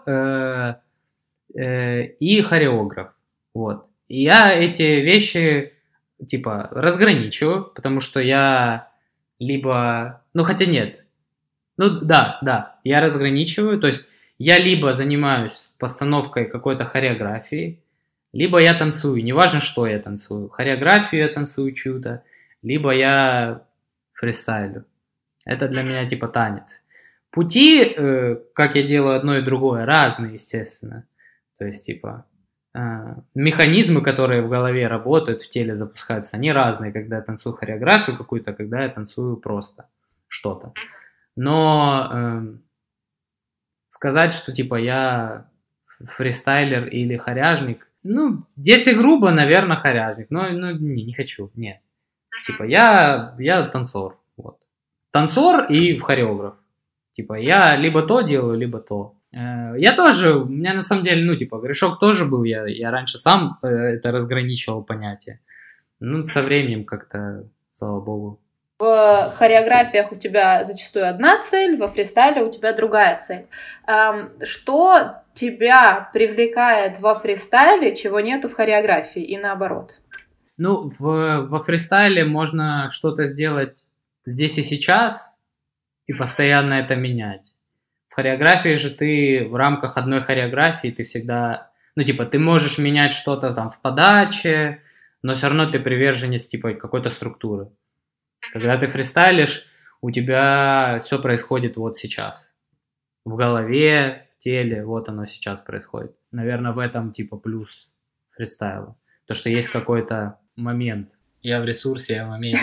и хореограф. Вот. И я эти вещи типа разграничиваю, потому что я либо... Ну, хотя нет. Ну, да, я разграничиваю. То есть я либо занимаюсь постановкой какой-то хореографии, либо я танцую. Неважно, что я танцую. Хореографию я танцую чью-то, либо я фристайлю. Это для меня типа танец. Пути, как я делаю одно и другое, разные, естественно. То есть, типа, механизмы, которые в голове работают, в теле запускаются, они разные, когда я танцую хореографию какую-то, когда я танцую просто что-то. Но сказать, что, типа, я фристайлер или хоряжник, ну, если грубо, наверное, хоряжник, но не хочу, нет. Типа, я танцор, вот. Танцор и хореограф. Типа, я либо то делаю, либо то. Я тоже, у меня на самом деле, ну, типа, грешок тоже был, я раньше сам это разграничивал понятие. Ну, со временем как-то, слава богу. В хореографиях у тебя зачастую одна цель, во фристайле у тебя другая цель. Что тебя привлекает во фристайле, чего нету в хореографии, и наоборот? Ну, во фристайле можно что-то сделать здесь и сейчас, и постоянно это менять. В хореографии же ты в рамках одной хореографии ты всегда, ну, типа, ты можешь менять что-то там в подаче, но все равно ты приверженец, типа, какой-то структуры. Когда ты фристайлишь, у тебя все происходит вот сейчас. В голове, в теле, вот оно сейчас происходит. Наверное, в этом, типа, плюс фристайла. То, что есть какой-то момент. Я в ресурсе, я в моменте.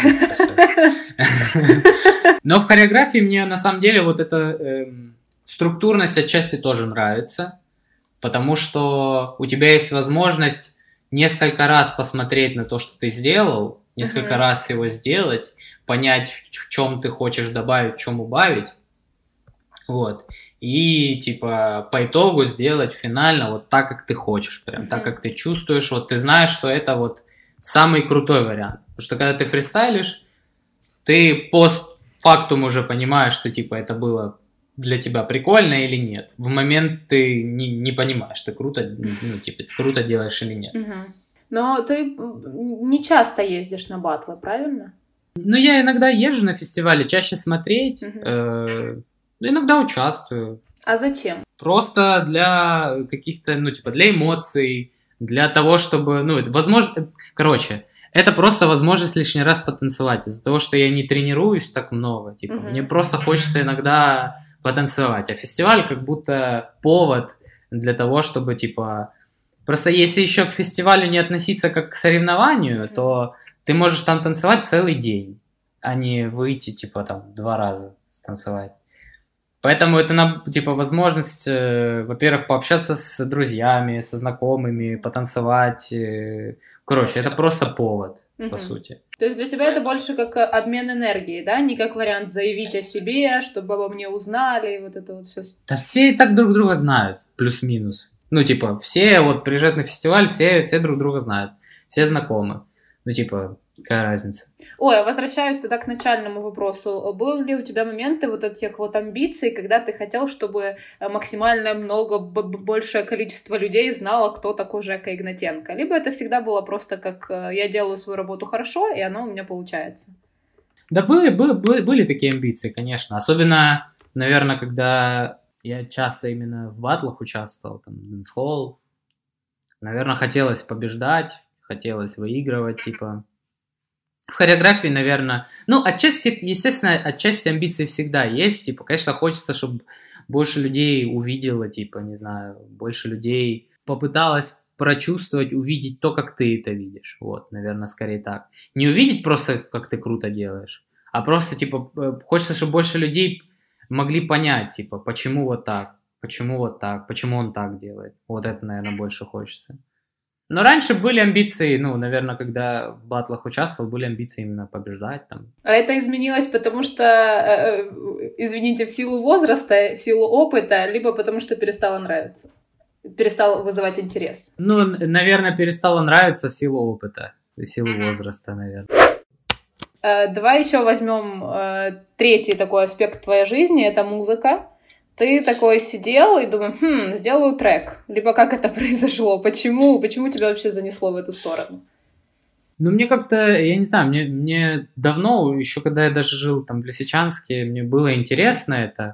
Но в хореографии мне, на самом деле, вот эта структурность отчасти тоже нравится. Потому что у тебя есть возможность несколько раз посмотреть на то, что ты сделал, несколько раз его сделать, понять, в чем ты хочешь добавить, в чем убавить, вот, и, типа, по итогу сделать финально вот так, как ты хочешь, прям так, как ты чувствуешь, вот ты знаешь, что это вот самый крутой вариант, потому что когда ты фристайлишь, ты постфактум уже понимаешь, что, типа, это было для тебя прикольно или нет. В момент ты не понимаешь, ты круто, ну, типа, круто делаешь или нет. Но ты не часто ездишь на батлы, правильно? Ну, я иногда езжу на фестивали, чаще смотреть, иногда участвую. А зачем? Просто для каких-то, ну, типа, для эмоций, для того, чтобы, ну, возможно, короче, это просто возможность лишний раз потанцевать. Из-за того, что я не тренируюсь так много, типа, мне просто хочется иногда потанцевать. А фестиваль как будто повод для того, чтобы, типа... Просто если еще к фестивалю не относиться как к соревнованию, то ты можешь там танцевать целый день, а не выйти, типа, там, 2 раза станцевать. Поэтому это, типа, возможность, во-первых, пообщаться с друзьями, со знакомыми, потанцевать. Короче, это просто повод, по сути. То есть для тебя это больше как обмен энергией, да? Не как вариант заявить о себе, чтобы обо мне узнали, вот это вот все. Да все и так друг друга знают, плюс-минус. Ну, типа, все вот приезжают на фестиваль, все друг друга знают, все знакомы. Ну, типа, какая разница? Ой, возвращаюсь тогда к начальному вопросу. Были ли у тебя моменты вот этих вот амбиций, когда ты хотел, чтобы максимально большее количество людей знало, кто такой Жека Игнатенко? Либо это всегда было просто как я делаю свою работу хорошо, и оно у меня получается? Да, были такие амбиции, конечно. Особенно, наверное, когда я часто именно в батлах участвовал, там, дэнс-холл. Наверное, хотелось побеждать, хотелось выигрывать, типа... В хореографии, наверное... Ну, отчасти, естественно, отчасти амбиции всегда есть. Типа, конечно, хочется, чтобы больше людей увидело, типа, не знаю, больше людей попыталось прочувствовать, увидеть то, как ты это видишь. Вот, наверное, скорее так. Не увидеть просто, как ты круто делаешь, а просто, типа, хочется, чтобы больше людей могли понять, типа, почему вот так, почему он так делает. Вот это, наверное, больше хочется. Но раньше были амбиции, ну, наверное, когда в батлах участвовал, были амбиции именно побеждать там. А это изменилось, потому что, извините, в силу возраста, в силу опыта, либо потому что перестало нравиться? Перестал вызывать интерес? Ну, наверное, перестало нравиться в силу опыта, в силу возраста, наверное. Давай еще возьмем третий такой аспект твоей жизни, это музыка. Ты такой сидел и думал, сделаю трек. Либо как это произошло? Почему тебя вообще занесло в эту сторону? Ну, мне как-то, я не знаю, мне давно, еще когда я даже жил там в Лисичанске, мне было интересно это,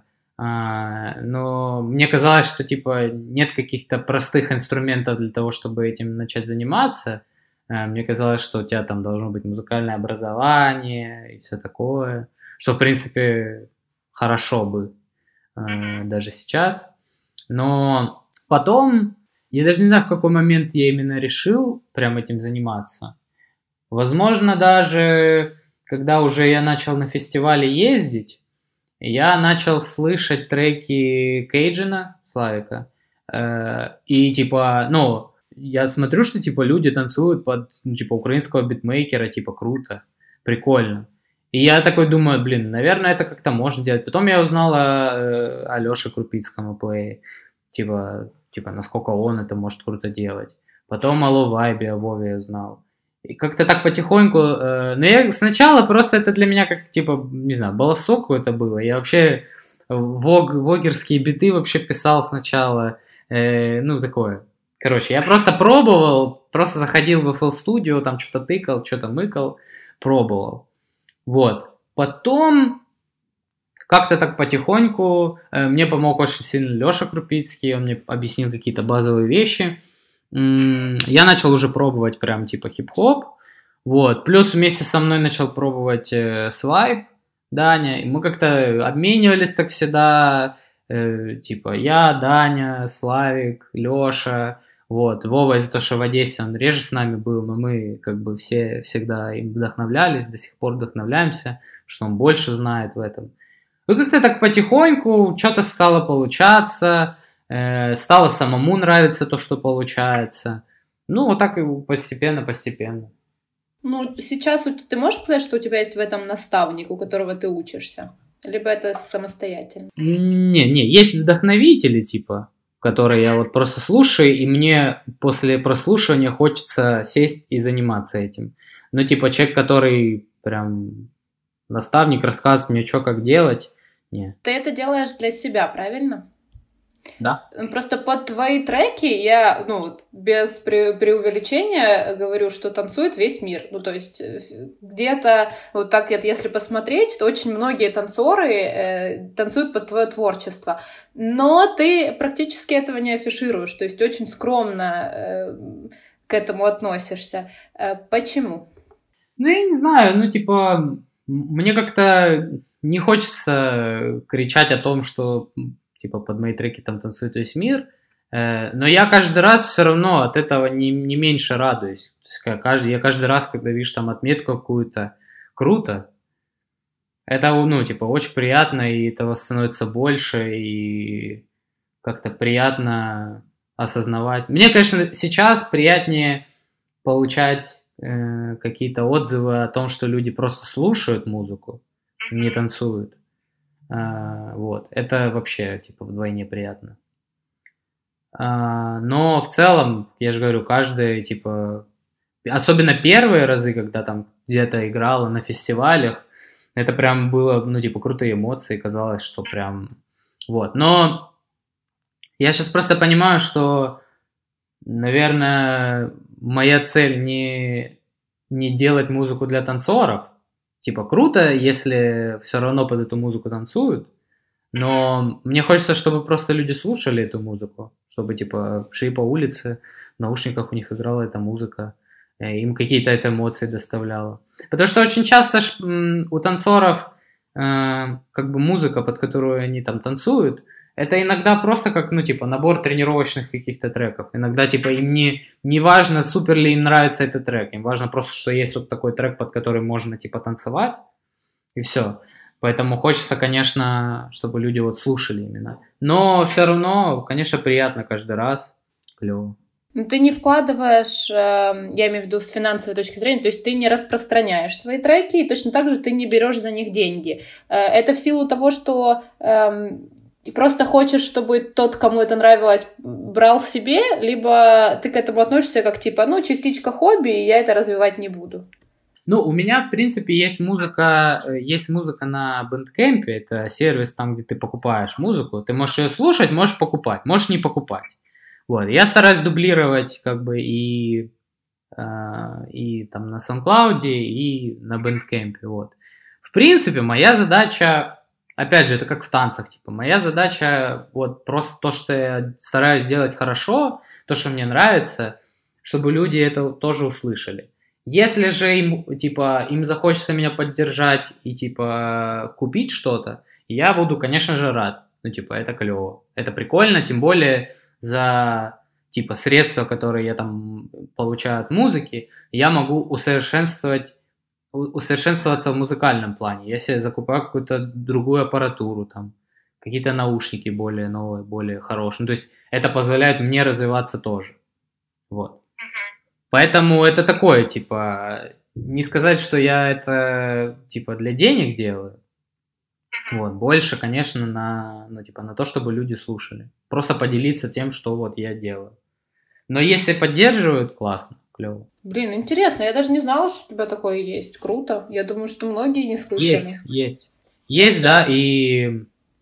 но мне казалось, что, типа, нет каких-то простых инструментов для того, чтобы этим начать заниматься. Мне казалось, что у тебя там должно быть музыкальное образование и все такое, что, в принципе, хорошо бы даже сейчас. Но потом, я даже не знаю, в какой момент я именно решил прям этим заниматься. Возможно, даже когда уже я начал на фестивале ездить, я начал слышать треки Кейджина, Славика, и типа, ну, я смотрю, что типа люди танцуют под, ну, типа, украинского битмейкера, типа, круто, прикольно. И я такой думаю, блин, наверное, это как-то можно делать. Потом я узнал о Лёше Крупицком и Play, типа, насколько он это может круто делать. Потом о Low Vibe, о Вове узнал. И как-то так потихоньку... но я сначала просто это для меня как, типа, не знаю, баловство какое-то было. Я вообще вогерские биты вообще писал сначала. Ну, такое. Короче, я просто пробовал, просто заходил в FL Studio, там что-то тыкал, что-то мыкал, пробовал. Вот. Потом как-то так потихоньку мне помог очень сильно Лёша Крупицкий, он мне объяснил какие-то базовые вещи. Я начал уже пробовать прям типа хип-хоп, Вот. Плюс вместе со мной начал пробовать Свайп, Даня. И мы как-то обменивались так всегда. Типа я, Даня, Славик, Лёша. Вот. Вова из-за того, что в Одессе он реже с нами был, но мы как бы все всегда им вдохновлялись, до сих пор вдохновляемся, что он больше знает в этом. И как-то так потихоньку что-то стало получаться, стало самому нравиться то, что получается. Ну, вот так и постепенно. Ну, сейчас ты можешь сказать, что у тебя есть в этом наставник, у которого ты учишься? Либо это самостоятельно? Не, есть вдохновители, типа, которые я вот просто слушаю, и мне после прослушивания хочется сесть и заниматься этим. Ну, типа, человек, который прям наставник, рассказывает мне, что как делать. Не. Ты это делаешь для себя, правильно? Да. Просто под твои треки я, без преувеличения говорю, что танцует весь мир. Ну, то есть где-то, вот так, если посмотреть, то очень многие танцоры танцуют под твое творчество. Но ты практически этого не афишируешь, то есть очень скромно к этому относишься. Почему? Ну, я не знаю, ну, типа, мне как-то не хочется кричать о том, что... типа под мои треки там танцует весь мир, но я каждый раз все равно от этого не меньше радуюсь. То есть я каждый раз, когда вижу там отметку какую-то, круто, это, ну, типа, очень приятно, и этого становится больше, и как-то приятно осознавать. Мне, конечно, сейчас приятнее получать какие-то отзывы о том, что люди просто слушают музыку, не танцуют. Вот, это вообще, типа, вдвойне приятно. Но в целом, я же говорю, каждый, типа, особенно первые разы, когда там где-то играла на фестивалях, это прям было, ну, типа, крутые эмоции, казалось, что прям, вот. Но я сейчас просто понимаю, что, наверное, моя цель не делать музыку для танцоров. Типа, круто, если все равно под эту музыку танцуют, но мне хочется, чтобы просто люди слушали эту музыку, чтобы, типа, шли по улице, в наушниках у них играла эта музыка, им какие-то это эмоции доставляла. Потому что очень часто у танцоров как бы музыка, под которую они там танцуют, это иногда просто как, ну, типа, набор тренировочных каких-то треков. Иногда, типа, им не важно, супер ли им нравится этот трек. Им важно просто, что есть вот такой трек, под который можно, типа, танцевать. И все. Поэтому хочется, конечно, чтобы люди вот слушали именно. Но все равно, конечно, приятно каждый раз. Клево. Ну, ты не вкладываешь, я имею в виду с финансовой точки зрения, то есть ты не распространяешь свои треки, и точно так же ты не берешь за них деньги. Это в силу того, что... И просто хочешь, чтобы тот, кому это нравилось, брал себе, либо ты к этому относишься как типа, ну, частичка хобби, и я это развивать не буду. Ну, у меня, в принципе, есть музыка на Bandcamp, это сервис там, где ты покупаешь музыку, ты можешь ее слушать, можешь покупать, можешь не покупать. Вот, я стараюсь дублировать как бы и там на SoundCloud, и на Bandcamp, вот. В принципе, моя задача... Опять же, это как в танцах, типа, моя задача, вот, просто то, что я стараюсь сделать хорошо, то, что мне нравится, чтобы люди это тоже услышали. Если же им захочется меня поддержать и, типа, купить что-то, я буду, конечно же, рад. Ну, типа, это клево, это прикольно, тем более за, типа, средства, которые я там получаю от музыки, я могу усовершенствоваться в музыкальном плане. Я себе закупаю какую-то другую аппаратуру, там, какие-то наушники более новые, более хорошие. Ну, то есть это позволяет мне развиваться тоже. Вот. Поэтому это такое, типа, не сказать, что я это, типа, для денег делаю. Вот. Больше, конечно, на то, чтобы люди слушали. Просто поделиться тем, что вот я делаю. Но если поддерживают, классно. Клево. Блин, интересно, я даже не знала, что у тебя такое есть. Круто. Я думаю, что многие не слышали. Есть, да, и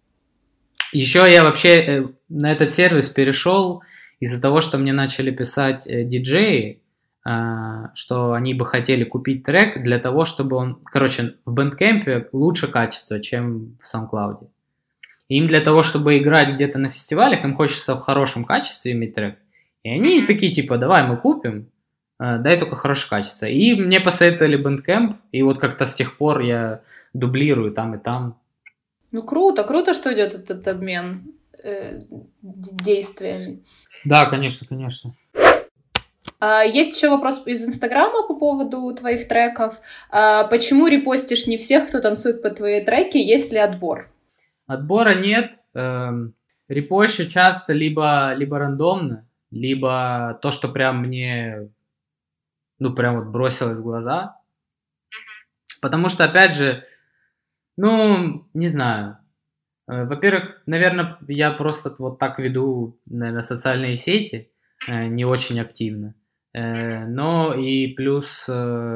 еще я вообще на этот сервис перешел из-за того, что мне начали писать диджеи, что они бы хотели купить трек для того, чтобы он... Короче, в Bandcamp лучше качество, чем в SoundCloud. И им для того, чтобы играть где-то на фестивалях, им хочется в хорошем качестве иметь трек. И они такие, типа, давай мы купим, дай только хорошее качество. И мне посоветовали Bandcamp, и вот как-то с тех пор я дублирую там и там. Ну, круто, что идет этот обмен действиями. Да, конечно. Есть еще вопрос из Инстаграма по поводу твоих треков. Почему репостишь не всех, кто танцует под твои треки? Есть ли отбор? Отбора нет. Репощу часто либо рандомно, либо то, что прям мне, прям вот бросилось в глаза. Потому что, опять же, не знаю. Во-первых, наверное, я просто вот так веду, наверное, социальные сети, не очень активно. Но и плюс,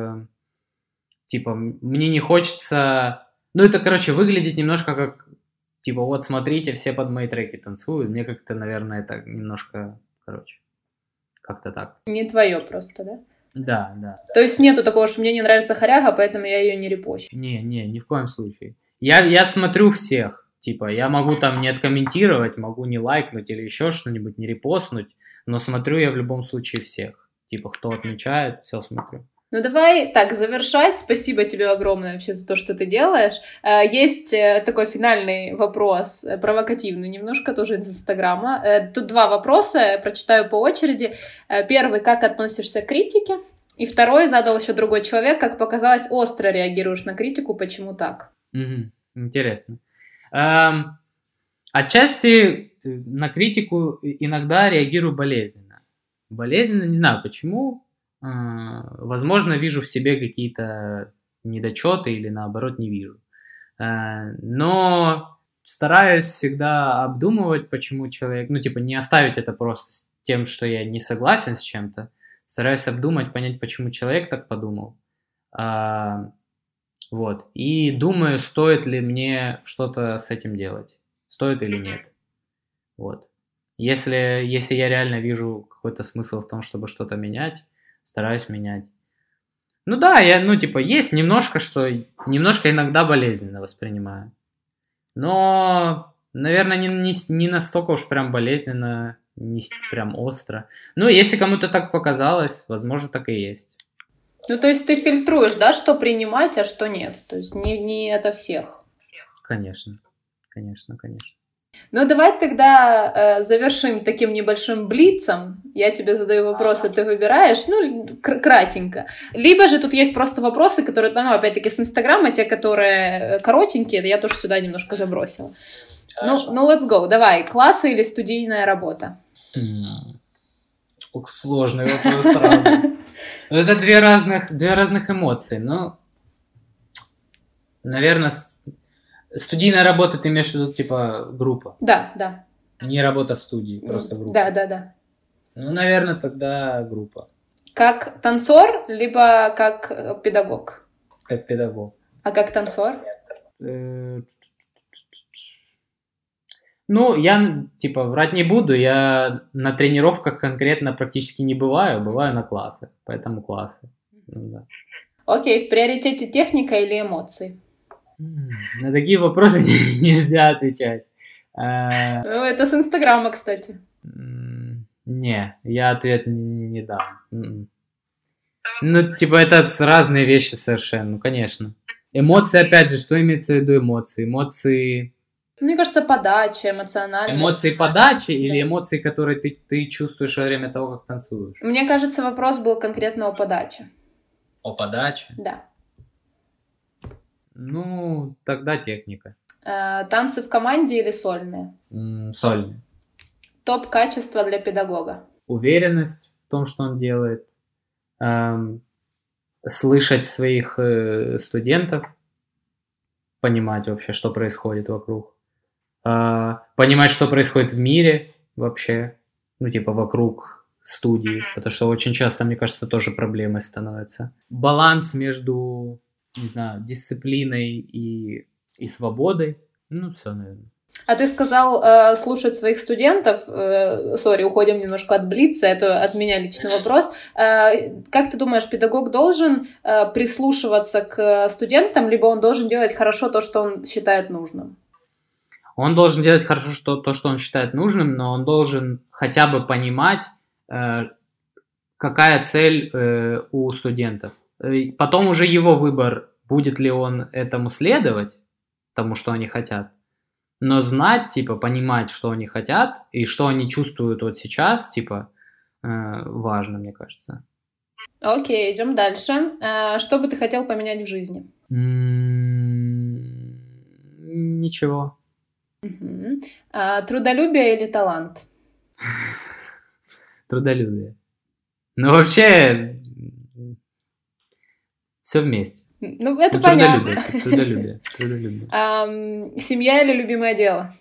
мне не хочется... это, короче, выглядит немножко как, вот смотрите, все под мои треки танцуют. Мне как-то, наверное, это немножко, как-то так. Не твое просто, да? Да. То есть нету такого, что мне не нравится хоряга, поэтому я ее не репощу? Не, ни в коем случае. Я смотрю всех. Я могу там не откомментировать, могу не лайкнуть или еще что-нибудь, не репостнуть, но смотрю я в любом случае всех. Кто отмечает, все смотрю. Давай так, завершать. Спасибо тебе огромное вообще за то, что ты делаешь. Есть такой финальный вопрос, провокативный немножко, тоже из Инстаграма. Тут 2 вопроса, прочитаю по очереди. Первый, как относишься к критике? И второй задал еще другой человек, как показалось, остро реагируешь на критику, почему так? Интересно. Отчасти на критику иногда реагирую болезненно. Не знаю почему. Возможно, вижу в себе какие-то недочеты или наоборот не вижу. Но стараюсь всегда обдумывать, почему человек... не оставить это просто с тем, что я не согласен с чем-то. Стараюсь обдумать, понять, почему человек так подумал. Вот. И думаю, стоит ли мне что-то с этим делать. Стоит или нет. Вот. Если я реально вижу какой-то смысл в том, чтобы что-то менять, стараюсь менять. Есть немножко иногда болезненно воспринимаю. Но, наверное, не настолько уж прям болезненно, не прям остро. Если кому-то так показалось, возможно, так и есть. То есть ты фильтруешь, да, что принимать, а что нет? То есть не это всех. Конечно. Давай тогда завершим таким небольшим блицом. Я тебе задаю вопросы, ты выбираешь, кратенько. Либо же тут есть просто вопросы, которые, опять-таки, с Инстаграма, те, которые коротенькие, я тоже сюда немножко забросила. Let's go, давай. Классы или студийная работа? Сложный вопрос сразу. Это две разных эмоции. Наверное, студийная работа, ты имеешь в виду, группа? Да. Не работа в студии, просто группа. Да. Наверное, тогда группа. Как танцор, либо как педагог? Как педагог. А как танцор? Я, врать не буду, я на тренировках конкретно практически не бываю на классах, поэтому классы. Да. Окей, в приоритете техника или эмоции? На такие вопросы нельзя отвечать. Это с Инстаграма, кстати. Не, я ответ не дам. Это разные вещи совершенно, конечно. Эмоции, опять же, что имеется в виду эмоции? Эмоции... Мне кажется, подача, эмоциональность. Эмоции подачи или эмоции, которые ты чувствуешь во время того, как танцуешь? Мне кажется, вопрос был конкретно о подаче. О подаче? Да. Тогда техника. Танцы в команде или сольные? Сольные. Топ качества для педагога? Уверенность в том, что он делает. Слышать своих студентов. Понимать вообще, что происходит вокруг. Понимать, что происходит в мире вообще. Вокруг студии. Потому что очень часто, мне кажется, тоже проблемой становится. Баланс между... не знаю, дисциплиной и свободой. Все, наверное. А ты сказал слушать своих студентов. Уходим немножко от блица, это от меня личный вопрос. Как ты думаешь, педагог должен прислушиваться к студентам, либо он должен делать хорошо то, что он считает нужным? Он должен делать хорошо то, что он считает нужным, но он должен хотя бы понимать, какая цель у студентов. Потом уже его выбор, будет ли он этому следовать, тому, что они хотят. Но знать, типа, понимать, что они хотят и что они чувствуют вот сейчас, типа, важно, мне кажется. Окей, идем дальше. Что бы ты хотел поменять в жизни? Ничего. Угу. Трудолюбие или талант? Трудолюбие. Ну, вообще, все вместе. Ну, это понятно. Трудолюбие. Семья или любимое дело?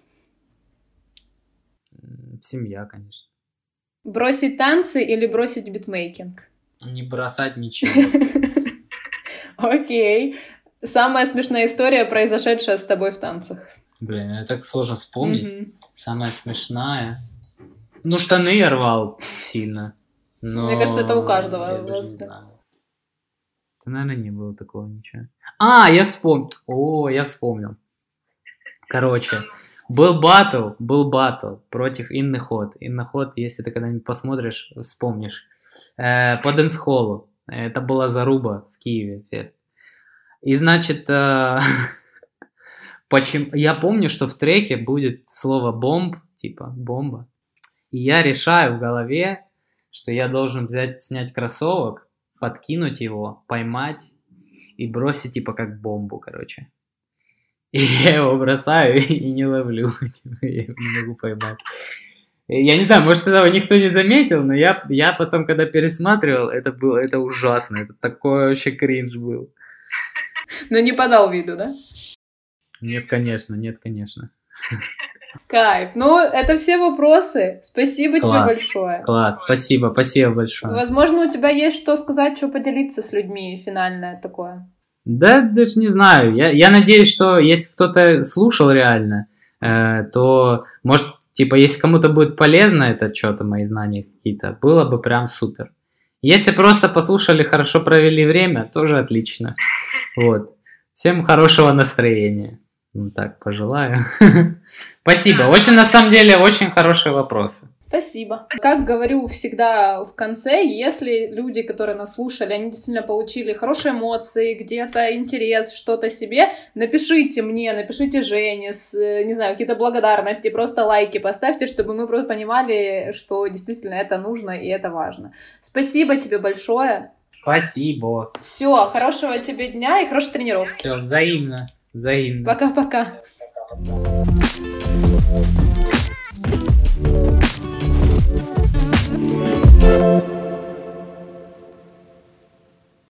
Семья, конечно. Бросить танцы или бросить битмейкинг? Не бросать ничего. Окей. Самая смешная история, произошедшая с тобой в танцах? Блин, это так сложно вспомнить. Самая смешная. Ну, штаны я рвал сильно. Но... Мне кажется, это у каждого. Я даже не знаю. Это, наверное, не было такого ничего. Я вспомнил. Я вспомнил. Короче, был батл против Инны Ход. Инна Ход, если ты когда-нибудь посмотришь, вспомнишь. По дэнс-холлу. Это была заруба в Киеве, фест. И, значит, я помню, что в треке будет слово бомб, типа бомба. И я решаю в голове, что я должен снять кроссовок, подкинуть его, поймать и бросить, типа, как бомбу, короче. И я его бросаю и не ловлю. Я его не могу поймать. Я не знаю, может, этого никто не заметил, но я потом, когда пересматривал, это ужасно. Это такой вообще кринж был. Но не подал виду, да? Нет, конечно. Кайф. Ну, это все вопросы. Спасибо тебе большое. Класс, спасибо большое. Возможно, у тебя есть что сказать, что поделиться с людьми, финальное такое. Да, даже не знаю. Я надеюсь, что если кто-то слушал реально, то, может, типа, если кому-то будет полезно это что-то, мои знания какие-то, было бы прям супер. Если просто послушали, хорошо провели время, тоже отлично. Вот. Всем хорошего настроения. Ну так, пожелаю. Спасибо. Очень, на самом деле, очень хорошие вопросы. Спасибо. Как говорю всегда в конце, если люди, которые нас слушали, они действительно получили хорошие эмоции, где-то интерес, что-то себе, напишите мне, напишите Жене, не знаю, какие-то благодарности, просто лайки поставьте, чтобы мы просто понимали, что действительно это нужно и это важно. Спасибо тебе большое. Спасибо. Все, хорошего тебе дня и хорошей тренировки. Все, взаимно. Пока-пока.